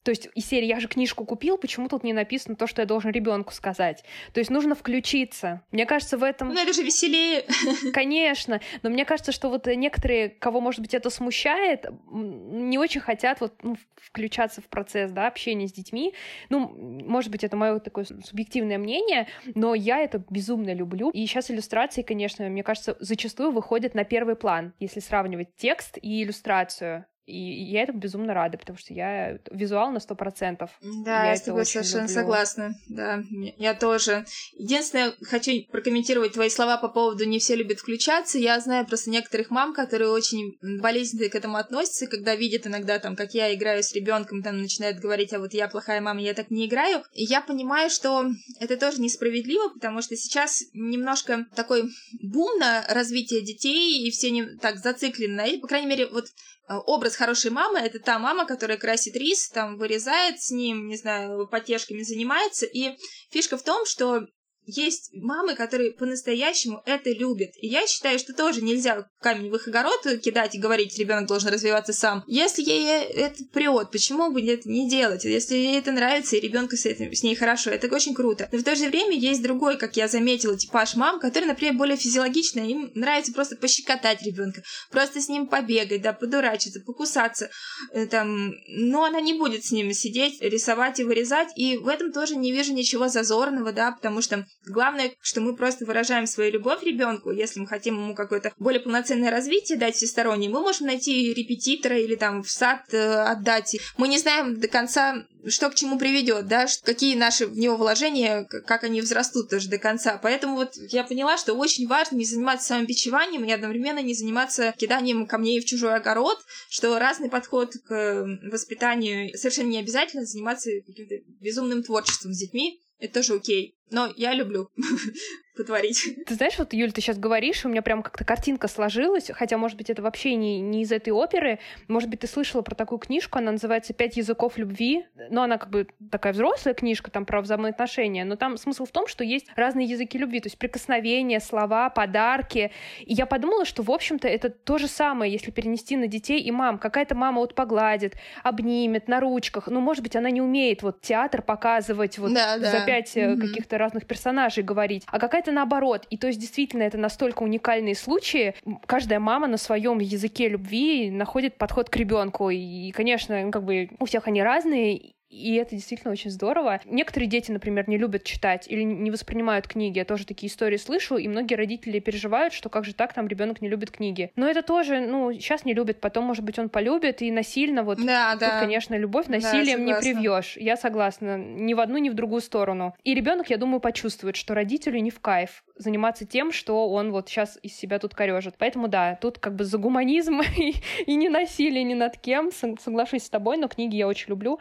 То есть из серии «Я же книжку купил, почему тут не написано то, что я должен ребенку сказать?» То есть нужно включиться. Мне кажется, в этом... Ну, это же веселее. Конечно. Но мне кажется, что вот некоторые, кого, может быть, это смущает, не очень хотят включаться в процесс, да, общения с детьми. Ну, может быть, это мое такое субъективное мнение, но я это безумно люблю. И сейчас иллюстрации, конечно, мне кажется, зачастую выходят на первый план, если сравнивать текст и иллюстрацию. И я этому безумно рада, потому что я визуал на 100%. Да, я с тобой совершенно согласна. Да, я тоже. Единственное, хочу прокомментировать твои слова по поводу «не все любят включаться». Я знаю просто некоторых мам, которые очень болезненно к этому относятся, когда видят иногда, там, как я играю с ребенком, там начинают говорить: а вот я плохая мама, я так не играю. И я понимаю, что это тоже несправедливо, потому что сейчас немножко такой бум на развитие детей, и все не так зациклены на этим. По крайней мере, вот образ хорошей мамы — это та мама, которая красит рис, там, вырезает с ним, не знаю, потешками занимается. И фишка в том, что есть мамы, которые по-настоящему это любят. И я считаю, что тоже нельзя камень в их огород кидать и говорить: ребенок должен развиваться сам. Если ей это прет, почему бы это не делать? Если ей это нравится, и ребенку с ней хорошо, это очень круто. Но в то же время есть другой, как я заметила, типаж мам, которые, например, более физиологичные. Им нравится просто пощекотать ребенка, просто с ним побегать, да, подурачиться, покусаться. Там. Но она не будет с ним сидеть, рисовать и вырезать. И в этом тоже не вижу ничего зазорного, да, потому что главное, что мы просто выражаем свою любовь ребенку. Если мы хотим ему какое-то более полноценное развитие дать всестороннее, мы можем найти репетитора или там в сад отдать. Мы не знаем до конца, что к чему приведет, да, какие наши в него вложения, как они взрастут тоже до конца. Поэтому вот я поняла, что очень важно не заниматься самобичеванием и одновременно не заниматься киданием камней в чужой огород, что разный подход к воспитанию. Совершенно не обязательно заниматься каким-то безумным творчеством с детьми. Это тоже окей. Но я люблю потворить. Ты знаешь, вот, Юль, ты сейчас говоришь, у меня прям как-то картинка сложилась, хотя, может быть, это вообще не из этой оперы. Может быть, ты слышала про такую книжку, она называется «5 языков любви». Но она как бы такая взрослая книжка, там про взаимоотношения, но там смысл в том, что есть разные языки любви, то есть прикосновения, слова, подарки. И я подумала, что, в общем-то, это то же самое, если перенести на детей и мам. Какая-то мама вот погладит, обнимет на ручках. Ну, может быть, она не умеет вот театр показывать, вот за 5 каких-то разных персонажей говорить, а какая-то наоборот. И то есть действительно это настолько уникальные случаи. Каждая мама на своем языке любви находит подход к ребенку. И, конечно, как бы у всех они разные. И это действительно очень здорово. Некоторые дети, например, не любят читать или не воспринимают книги. Я тоже такие истории слышу, и многие родители переживают, что как же так, там ребенок не любит книги. Но это тоже, сейчас не любит, потом, может быть, он полюбит, и насильно вот... Да, тут, конечно, любовь насилием не привьешь. Я согласна. Ни в одну, ни в другую сторону. И ребенок, я думаю, почувствует, что родителю не в кайф заниматься тем, что он вот сейчас из себя тут корежит. Поэтому да, тут как бы за гуманизм и не насилие ни над кем. Соглашусь с тобой, но книги я очень люблю.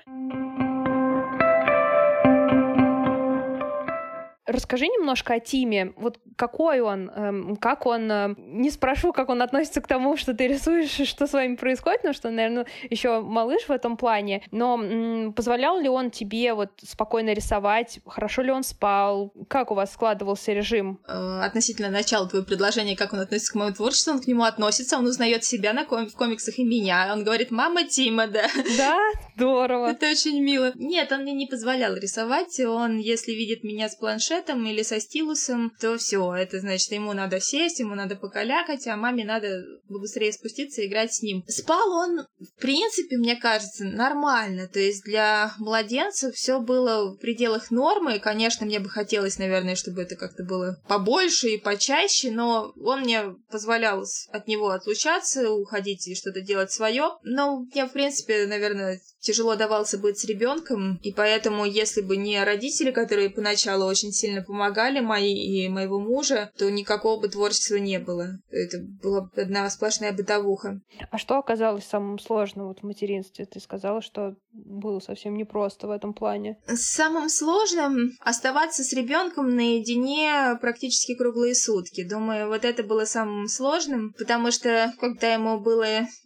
Расскажи немножко о Тиме. Вот какой он, как он... Не спрошу, как он относится к тому, что ты рисуешь, и что с вами происходит, потому что, наверное, еще малыш в этом плане. Но позволял ли он тебе вот спокойно рисовать? Хорошо ли он спал? Как у вас складывался режим? Относительно начала твоего предложения, как он относится к моему творчеству, он к нему относится, он узнает себя в комиксах и меня. Он говорит: «Мама Тима», да. Да, здорово. Это очень мило. Нет, он мне не позволял рисовать. Он, если видит меня с планшетом или со стилусом, то все, это значит, ему надо сесть, ему надо покалякать, а маме надо быстрее спуститься и играть с ним. Спал он, в принципе, мне кажется, нормально. То есть для младенца все было в пределах нормы. Конечно, мне бы хотелось, наверное, чтобы это как-то было побольше и почаще, но он мне позволял от него отлучаться, уходить и что-то делать свое. Но мне, в принципе, наверное, тяжело давался быть с ребенком, и поэтому, если бы не родители, которые поначалу очень сильно помогали, мои и моего мужа, то никакого бы творчества не было. Это была одна сплошная бытовуха. А что оказалось самым сложным вот в материнстве? Ты сказала, что было совсем непросто в этом плане. Самым сложным оставаться с ребенком наедине практически круглые сутки. Думаю, вот это было самым сложным, потому что когда ему было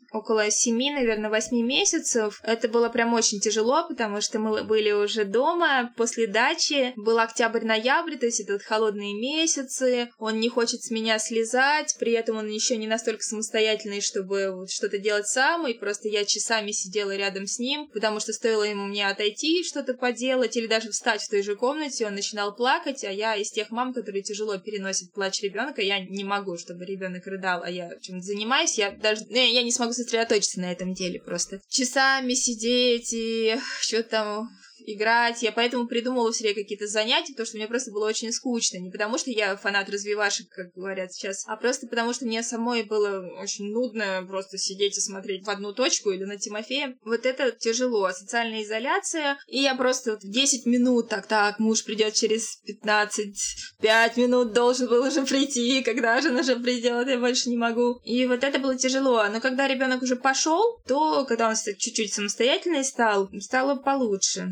около 7, наверное, 8 месяцев. Это было прям очень тяжело, потому что мы были уже дома после дачи. Был октябрь-ноябрь, то есть это вот холодные месяцы. Он не хочет с меня слезать, при этом он еще не настолько самостоятельный, чтобы вот что-то делать сам, и просто я часами сидела рядом с ним, потому что стоило ему мне отойти, что-то поделать, или даже встать в той же комнате, он начинал плакать, а я из тех мам, которые тяжело переносят плач ребенка, я не могу, чтобы ребенок рыдал, а я чем-то занимаюсь, я не смогу сосредоточиться на этом деле просто. Часами сидеть и что-то там играть. Я поэтому придумала себе какие-то занятия, потому что мне просто было очень скучно. Не потому что я фанат развивашек, как говорят сейчас, а просто потому что мне самой было очень нудно просто сидеть и смотреть в одну точку или на Тимофея. Вот это тяжело. Социальная изоляция. И я просто вот в 10 минут так, муж придет через 15, 5 минут должен был уже прийти, когда же он уже придет, я больше не могу. И вот это было тяжело. Но когда ребенок уже пошел, то когда он чуть-чуть самостоятельный стало получше.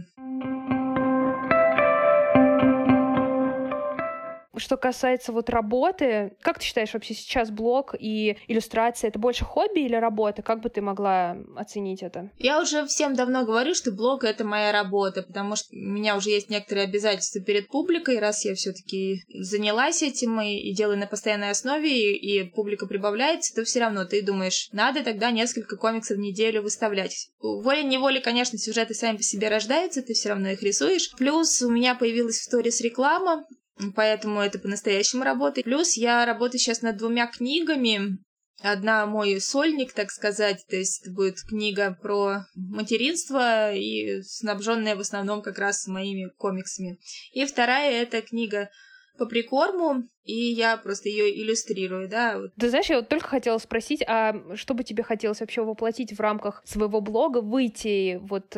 Что касается вот работы, как ты считаешь вообще сейчас блог и иллюстрация — это больше хобби или работа? Как бы ты могла оценить это? Я уже всем давно говорю, что блог — это моя работа, потому что у меня уже есть некоторые обязательства перед публикой, раз я все-таки занялась этим и делаю на постоянной основе, и публика прибавляется, то все равно ты думаешь, надо тогда несколько комиксов в неделю выставлять. Волей-неволей, конечно, сюжеты сами по себе рождаются, ты все равно их рисуешь. Плюс у меня появилась в сторис реклама, поэтому это по-настоящему работает. Плюс я работаю сейчас над 2 книгами. Одна мой сольник, так сказать, то есть это будет книга про материнство и снабженная в основном как раз моими комиксами. И вторая — это книга по прикорму, и я просто ее иллюстрирую, да. Ты знаешь, я вот только хотела спросить, а что бы тебе хотелось вообще воплотить в рамках своего блога, выйти вот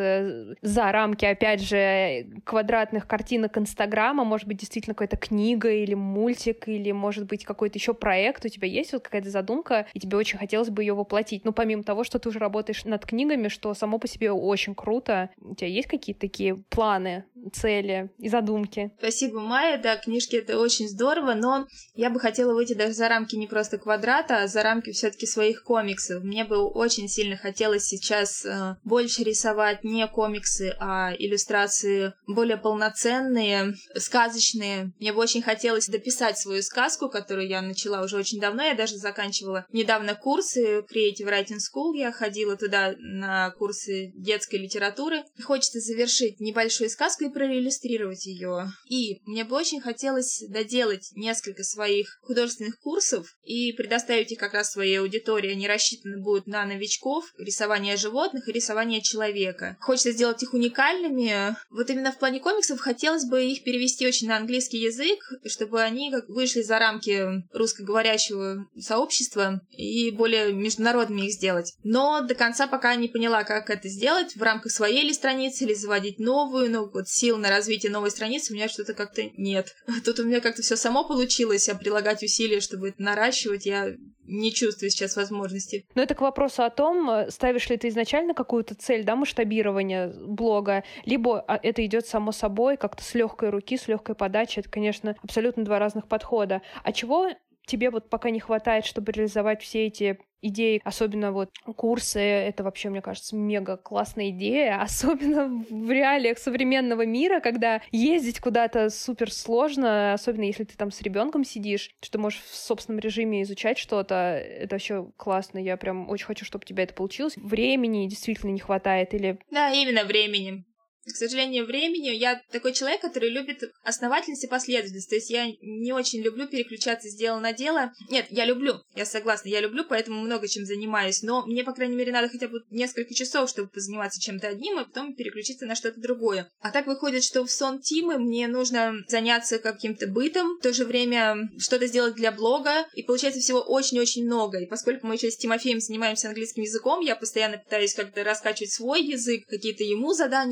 за рамки, опять же, квадратных картинок Инстаграма, может быть, действительно какая-то книга или мультик, или, может быть, какой-то еще проект, у тебя есть вот какая-то задумка, и тебе очень хотелось бы ее воплотить, ну, помимо того, что ты уже работаешь над книгами, что само по себе очень круто, у тебя есть какие-то такие планы, цели и задумки? Спасибо, Майя, да, книжки — это очень здорово, но я бы хотела выйти даже за рамки не просто квадрата, а за рамки все-таки своих комиксов. Мне бы очень сильно хотелось сейчас больше рисовать не комиксы, а иллюстрации более полноценные, сказочные. Мне бы очень хотелось дописать свою сказку, которую я начала уже очень давно. Я даже заканчивала недавно курсы Creative Writing School. Я ходила туда на курсы детской литературы. Хочется завершить небольшую сказку и проиллюстрировать ее. И мне бы очень хотелось доделать несколько своих художественных курсов и предоставить их как раз своей аудитории. Они рассчитаны будут на новичков, рисование животных и рисование человека. Хочется сделать их уникальными. Вот именно в плане комиксов хотелось бы их перевести очень на английский язык, чтобы они вышли за рамки русскоговорящего сообщества и более международными их сделать. Но до конца пока не поняла, как это сделать в рамках своей или страницы, или заводить новую. Ну, вот сил на развитие новой страницы у меня что-то как-то нет. Тут у меня как-то все само получилось, а прилагать усилия, чтобы это наращивать, я не чувствую сейчас возможности. Но это к вопросу о том, ставишь ли ты изначально какую-то цель, да, масштабирования блога, либо это идет само собой, как-то с легкой руки, с легкой подачи. Это, конечно, абсолютно 2 разных подхода. А чего тебе вот пока не хватает, чтобы реализовать все эти идеи, особенно вот курсы, это вообще, мне кажется, мега классная идея, особенно в реалиях современного мира, когда ездить куда-то супер сложно, особенно если ты там с ребенком сидишь, что можешь в собственном режиме изучать что-то, это вообще классно, я прям очень хочу, чтобы у тебя это получилось. Времени действительно не хватает или... Да, именно времени. К сожалению, времени. Я такой человек, который любит основательность и последовательность. То есть я не очень люблю переключаться с дела на дело. Нет, я люблю, я согласна, я люблю, поэтому много чем занимаюсь. Но мне, по крайней мере, надо хотя бы несколько часов, чтобы позаниматься чем-то одним, а потом переключиться на что-то другое. А так выходит, что в сон Тимы мне нужно заняться каким-то бытом, в то же время что-то сделать для блога, и получается всего очень-очень много. И поскольку мы еще с Тимофеем занимаемся английским языком, я постоянно пытаюсь как-то раскачивать свой язык, какие-то ему задания придумать,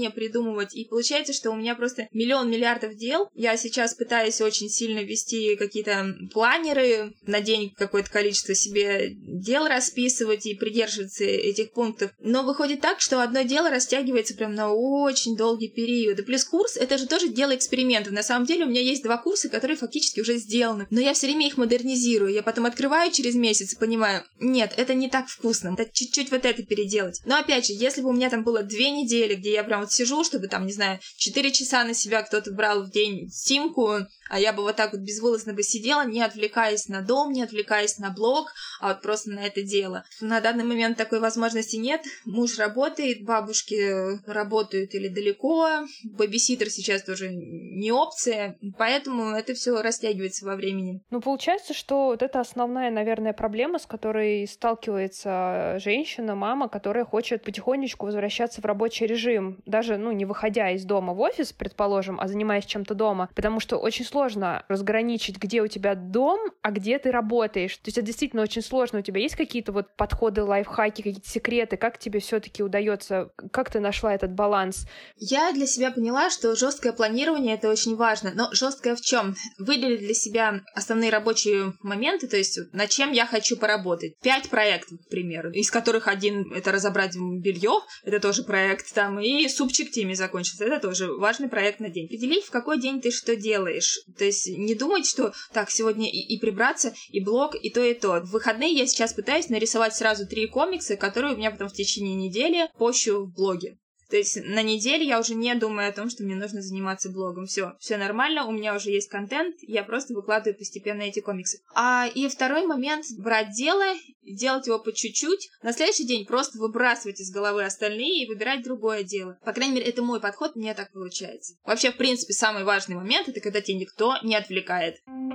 продумывать. И получается, что у меня просто миллион миллиардов дел. Я сейчас пытаюсь очень сильно вести какие-то планеры, на день какое-то количество себе дел расписывать и придерживаться этих пунктов. Но выходит так, что одно дело растягивается прям на очень долгий период. И плюс курс — это же тоже дело экспериментов. На самом деле у меня есть 2 курса, которые фактически уже сделаны. Но я все время их модернизирую. Я потом открываю через месяц и понимаю, нет, это не так вкусно. Это чуть-чуть вот это переделать. Но опять же, если бы у меня там было 2 недели, где я прям вот сижу, чтобы там, не знаю, 4 часа на себя кто-то брал в день стимку, а я бы вот так вот безвылазно бы сидела, не отвлекаясь на дом, не отвлекаясь на блог, а вот просто на это дело. На данный момент такой возможности нет. Муж работает, бабушки работают или далеко, бэбиситер сейчас тоже не опция, поэтому это все растягивается во времени. Ну, получается, что вот это основная, наверное, проблема, с которой сталкивается женщина, мама, которая хочет потихонечку возвращаться в рабочий режим, даже, не выходя из дома в офис, предположим, а занимаясь чем-то дома, потому что очень сложно разграничить, где у тебя дом, а где ты работаешь. То есть это действительно очень сложно. У тебя есть какие-то вот подходы, лайфхаки, какие-то секреты? Как тебе все-таки удается? Как ты нашла этот баланс? Я для себя поняла, что жесткое планирование — это очень важно. Но жесткое в чем? Выделить для себя основные рабочие моменты, то есть над чем я хочу поработать. 5 проектов, к примеру, из которых один — это разобрать белье, это тоже проект, там, и супчик Тиме закончится, это тоже важный проект на день. Определить, в какой день ты что делаешь. То есть не думать, что так, сегодня и прибраться, и блог, и то, и то. В выходные я сейчас пытаюсь нарисовать сразу 3 комикса, которые у меня потом в течение недели пощу в блоге. То есть на неделе я уже не думаю о том, что мне нужно заниматься блогом. Все нормально, у меня уже есть контент, я просто выкладываю постепенно эти комиксы. И второй момент — брать дело, делать его по чуть-чуть. На следующий день просто выбрасывать из головы остальные и выбирать другое дело. По крайней мере, это мой подход, мне так получается. Вообще, в принципе, самый важный момент — это когда тебя никто не отвлекает.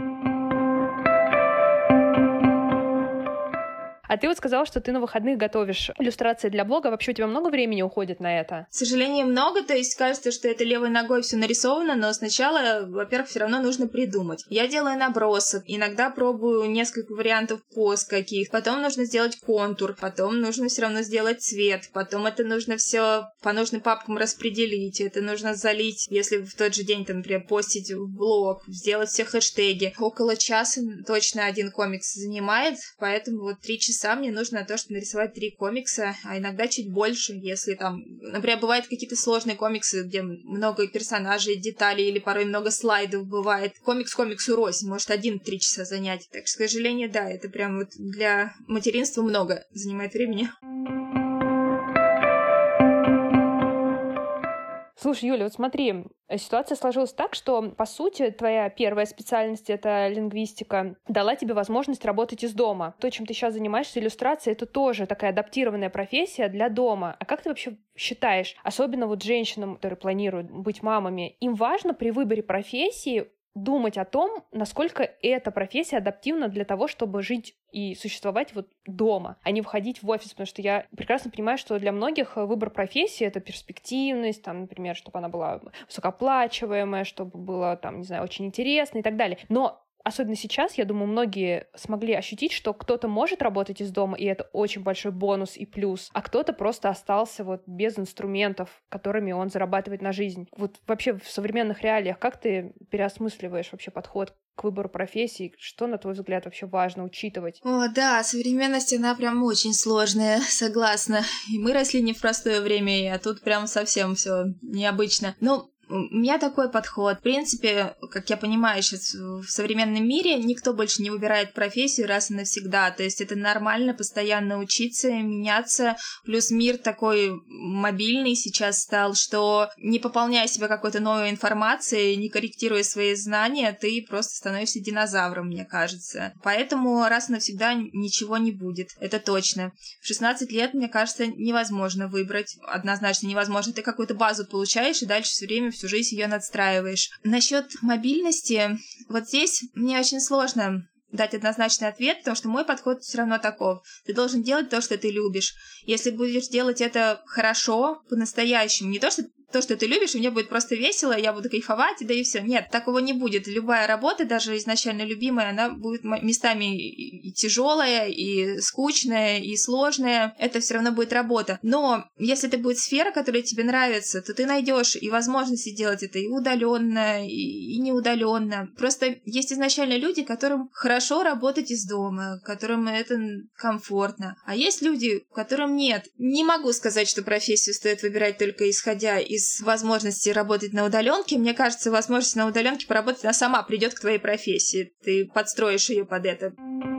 А ты вот сказала, что ты на выходных готовишь иллюстрации для блога. Вообще у тебя много времени уходит на это? К сожалению, много. То есть кажется, что это левой ногой все нарисовано, но сначала, во-первых, все равно нужно придумать. Я делаю набросок, иногда пробую несколько вариантов поз каких. Потом нужно сделать контур, потом нужно все равно сделать цвет, потом это нужно все по нужным папкам распределить, это нужно залить, если в тот же день, там, например, постить в блог, сделать все хэштеги. Около часа точно один комикс занимает, поэтому вот 3 часа мне нужно на то, чтобы нарисовать 3 комикса, а иногда чуть больше, если там, например, бывают какие-то сложные комиксы, где много персонажей, деталей, или порой много слайдов бывает. Комикс комиксу рознь, может 1-3 часа занять. Так что, к сожалению, да, это прям вот для материнства много занимает времени. Слушай, Юля, вот смотри, ситуация сложилась так, что, по сути, твоя первая специальность — это лингвистика, дала тебе возможность работать из дома. То, чем ты сейчас занимаешься, иллюстрация — это тоже такая адаптированная профессия для дома. А как ты вообще считаешь, особенно вот женщинам, которые планируют быть мамами, им важно при выборе профессии думать о том, насколько эта профессия адаптивна для того, чтобы жить и существовать вот дома, а не входить в офис, потому что я прекрасно понимаю, что для многих выбор профессии — это перспективность, там, например, чтобы она была высокооплачиваемая, чтобы было, там, не знаю, очень интересно и так далее. Но особенно сейчас, я думаю, многие смогли ощутить, что кто-то может работать из дома, и это очень большой бонус и плюс, а кто-то просто остался вот без инструментов, которыми он зарабатывает на жизнь. Вот вообще в современных реалиях как ты переосмысливаешь вообще подход к выбору профессии? Что, на твой взгляд, вообще важно учитывать? О, да, современность, она прям очень сложная, согласна. И мы росли не в простое время, а тут прям совсем все необычно. У меня такой подход. В принципе, как я понимаю, сейчас в современном мире никто больше не выбирает профессию раз и навсегда. То есть это нормально постоянно учиться, меняться. Плюс мир такой мобильный сейчас стал, что не пополняя себя какой-то новой информацией, не корректируя свои знания, ты просто становишься динозавром, мне кажется. Поэтому раз и навсегда ничего не будет. Это точно. В 16 лет, мне кажется, невозможно выбрать. Однозначно невозможно. Ты какую-то базу получаешь, и дальше все время всю жизнь ее надстраиваешь. Насчет мобильности, вот здесь мне очень сложно дать однозначный ответ, потому что мой подход все равно таков. Ты должен делать то, что ты любишь. Если будешь делать это хорошо, по-настоящему, не то, что то, что ты любишь, и мне будет просто весело, я буду кайфовать, да и все. Нет, такого не будет. Любая работа, даже изначально любимая, она будет местами и тяжелая, и скучная, и сложная. Это все равно будет работа. Но если это будет сфера, которая тебе нравится, то ты найдешь и возможности делать это и удаленно, и неудаленно. Просто есть изначально люди, которым хорошо работать из дома, которым это комфортно. А есть люди, которым нет. Не могу сказать, что профессию стоит выбирать только исходя из возможности работать на удаленке. Мне кажется, возможность на удаленке поработать, она сама придет к твоей профессии. Ты подстроишь ее под это.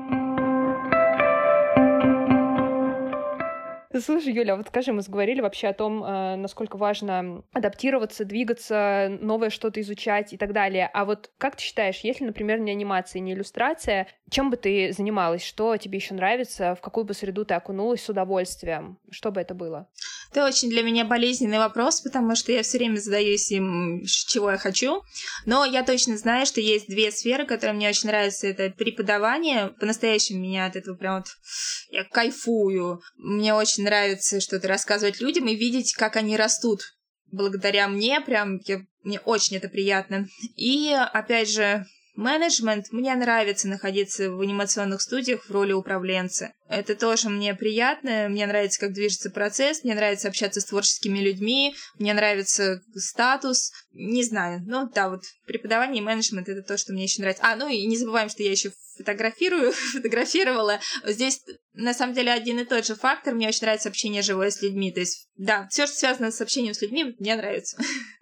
Слушай, Юля, вот скажи, мы заговорили вообще о том, насколько важно адаптироваться, двигаться, новое что-то изучать и так далее. А вот как ты считаешь, если, например, не анимация, не иллюстрация, чем бы ты занималась? Что тебе еще нравится? В какую бы среду ты окунулась с удовольствием? Что бы это было? Это очень для меня болезненный вопрос, потому что я все время задаюсь им, чего я хочу. Но я точно знаю, что есть две сферы, которые мне очень нравятся. Это преподавание. По-настоящему меня от этого прям вот... Я кайфую. Мне очень нравится что-то рассказывать людям и видеть, как они растут. Благодаря мне мне очень это приятно. И, опять же, менеджмент. Мне нравится находиться в анимационных студиях в роли управленца. Это тоже мне приятно. Мне нравится, как движется процесс. Мне нравится общаться с творческими людьми. Мне нравится статус. Не знаю. Ну да, вот преподавание и менеджмент — это то, что мне еще нравится. Ну и не забываем, что я еще фотографировала. Здесь, на самом деле, один и тот же фактор. Мне очень нравится общение живое с людьми. То есть, да, все, что связано с общением с людьми, мне нравится.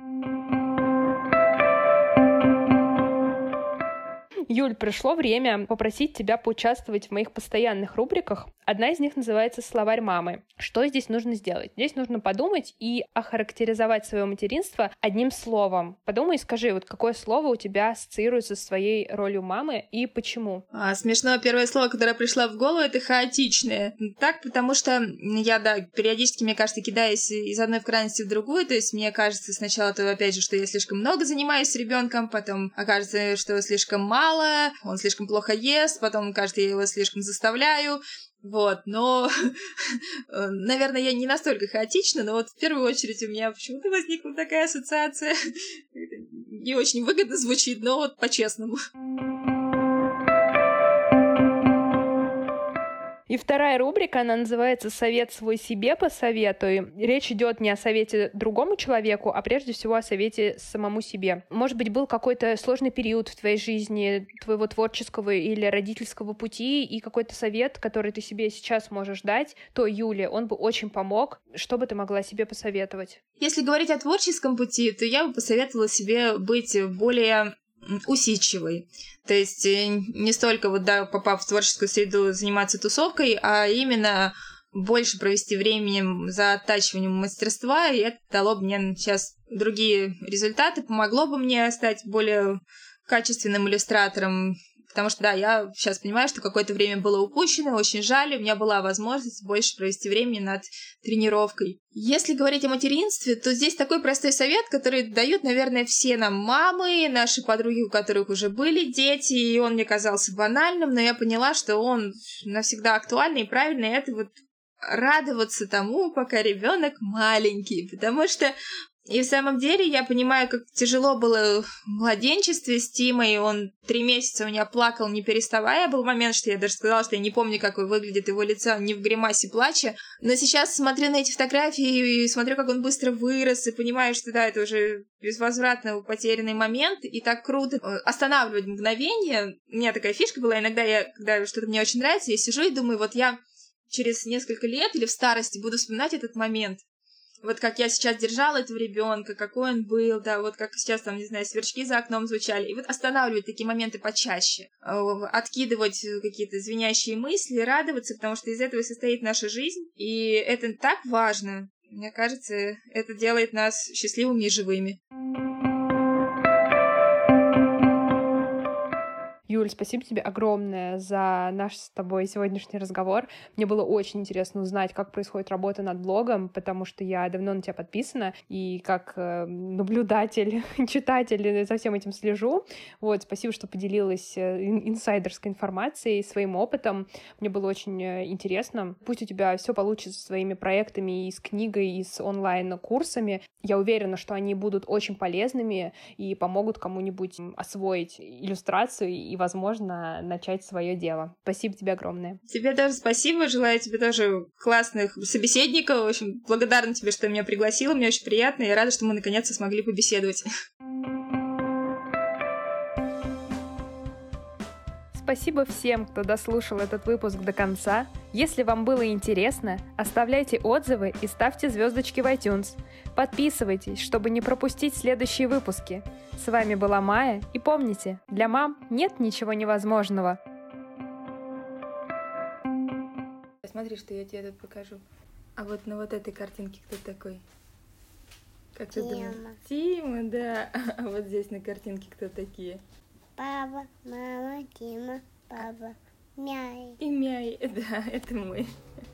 Юль, пришло время попросить тебя поучаствовать в моих постоянных рубриках. Одна из них называется «Словарь мамы». Что здесь нужно сделать? Здесь нужно подумать и охарактеризовать свое материнство одним словом. Подумай и скажи, вот какое слово у тебя ассоциируется с твоей ролью мамы и почему? Смешно. Первое слово, которое пришло в голову, это «хаотичное». Так, потому что я, периодически, мне кажется, кидаюсь из одной крайности в другую. То есть мне кажется сначала, опять же, что я слишком много занимаюсь с ребенком, потом окажется, что слишком мало, он слишком плохо ест, потом, кажется, я его слишком заставляю. Вот, но, наверное, я не настолько хаотична, но вот в первую очередь у меня почему-то возникла такая ассоциация. Не очень выгодно звучит, но вот по-честному. И вторая рубрика, она называется «Совет свой себе посоветуй». Речь идет не о совете другому человеку, а прежде всего о совете самому себе. Может быть, был какой-то сложный период в твоей жизни, твоего творческого или родительского пути, и какой-то совет, который ты себе сейчас можешь дать, то Юле, он бы очень помог. Что бы ты могла себе посоветовать? Если говорить о творческом пути, то я бы посоветовала себе быть более усидчивой. То есть не столько попав в творческую среду, заниматься тусовкой, а именно больше провести времени за оттачиванием мастерства, и это дало бы мне сейчас другие результаты, помогло бы мне стать более качественным иллюстратором. Потому что, я сейчас понимаю, что какое-то время было упущено, очень жаль, у меня была возможность больше провести времени над тренировкой. Если говорить о материнстве, то здесь такой простой совет, который дают, наверное, все нам мамы, наши подруги, у которых уже были дети, и он мне казался банальным, но я поняла, что он навсегда актуальный и правильный, это радоваться тому, пока ребенок маленький, потому что и в самом деле я понимаю, как тяжело было в младенчестве с Тимой. Он 3 месяца у меня плакал, не переставая. Был момент, что я даже сказала, что я не помню, как выглядит его лицо, не в гримасе плача. Но сейчас смотрю на эти фотографии и смотрю, как он быстро вырос, и понимаю, что это уже безвозвратно потерянный момент. И так круто останавливать мгновение. У меня такая фишка была. Иногда когда что-то мне очень нравится, я сижу и думаю, я через несколько лет или в старости буду вспоминать этот момент. Вот как я сейчас держала этого ребенка, какой он был, как сейчас сверчки за окном звучали. И останавливать такие моменты почаще. Откидывать какие-то звенящие мысли, радоваться, потому что из этого состоит наша жизнь. И это так важно. Мне кажется, это делает нас счастливыми и живыми. Юль, спасибо тебе огромное за наш с тобой сегодняшний разговор. Мне было очень интересно узнать, как происходит работа над блогом, потому что я давно на тебя подписана, и как наблюдатель, читатель за всем этим слежу. Вот, спасибо, что поделилась инсайдерской информацией, своим опытом. Мне было очень интересно. Пусть у тебя все получится со своими проектами и с книгой, и с онлайн-курсами. Я уверена, что они будут очень полезными и помогут кому-нибудь освоить иллюстрацию и, возможно, начать свое дело. Спасибо тебе огромное. Тебе тоже спасибо. Желаю тебе тоже классных собеседников. В общем, благодарна тебе, что ты меня пригласила. Мне очень приятно. Я рада, что мы наконец-то смогли побеседовать. Спасибо всем, кто дослушал этот выпуск до конца. Если вам было интересно, оставляйте отзывы и ставьте звездочки в iTunes. Подписывайтесь, чтобы не пропустить следующие выпуски. С вами была Майя, и помните, для мам нет ничего невозможного. Смотри, что я тебе тут покажу. А вот на вот этой картинке кто такой? Как ты думаешь? Тима, да. А вот здесь на картинке кто такие? Папа, мама, Тима, папа, Мяй. И Мяй, да, это мой.